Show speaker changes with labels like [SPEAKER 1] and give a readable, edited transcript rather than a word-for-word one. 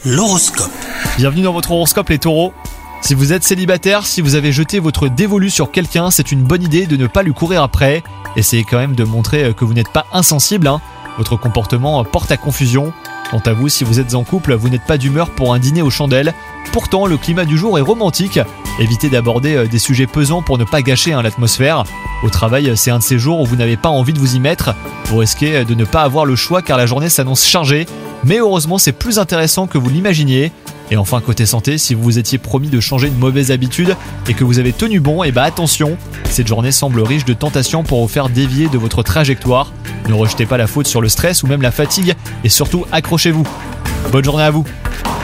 [SPEAKER 1] L'horoscope.
[SPEAKER 2] Bienvenue dans votre horoscope les taureaux. Si vous êtes célibataire, si vous avez jeté votre dévolu sur quelqu'un, c'est une bonne idée de ne pas lui courir après. Essayez quand même de montrer que vous n'êtes pas insensible. Votre comportement porte à confusion. Quant à vous, si vous êtes en couple, vous n'êtes pas d'humeur pour un dîner aux chandelles. Pourtant, le climat du jour est romantique. Évitez d'aborder des sujets pesants pour ne pas gâcher l'atmosphère. Au travail, c'est un de ces jours où vous n'avez pas envie de vous y mettre. Vous risquez de ne pas avoir le choix car la journée s'annonce chargée. Mais heureusement, c'est plus intéressant que vous l'imaginiez. Et enfin, côté santé, si vous vous étiez promis de changer une mauvaise habitude et que vous avez tenu bon, attention, cette journée semble riche de tentations pour vous faire dévier de votre trajectoire. Ne rejetez pas la faute sur le stress ou même la fatigue et surtout accrochez-vous. Bonne journée à vous.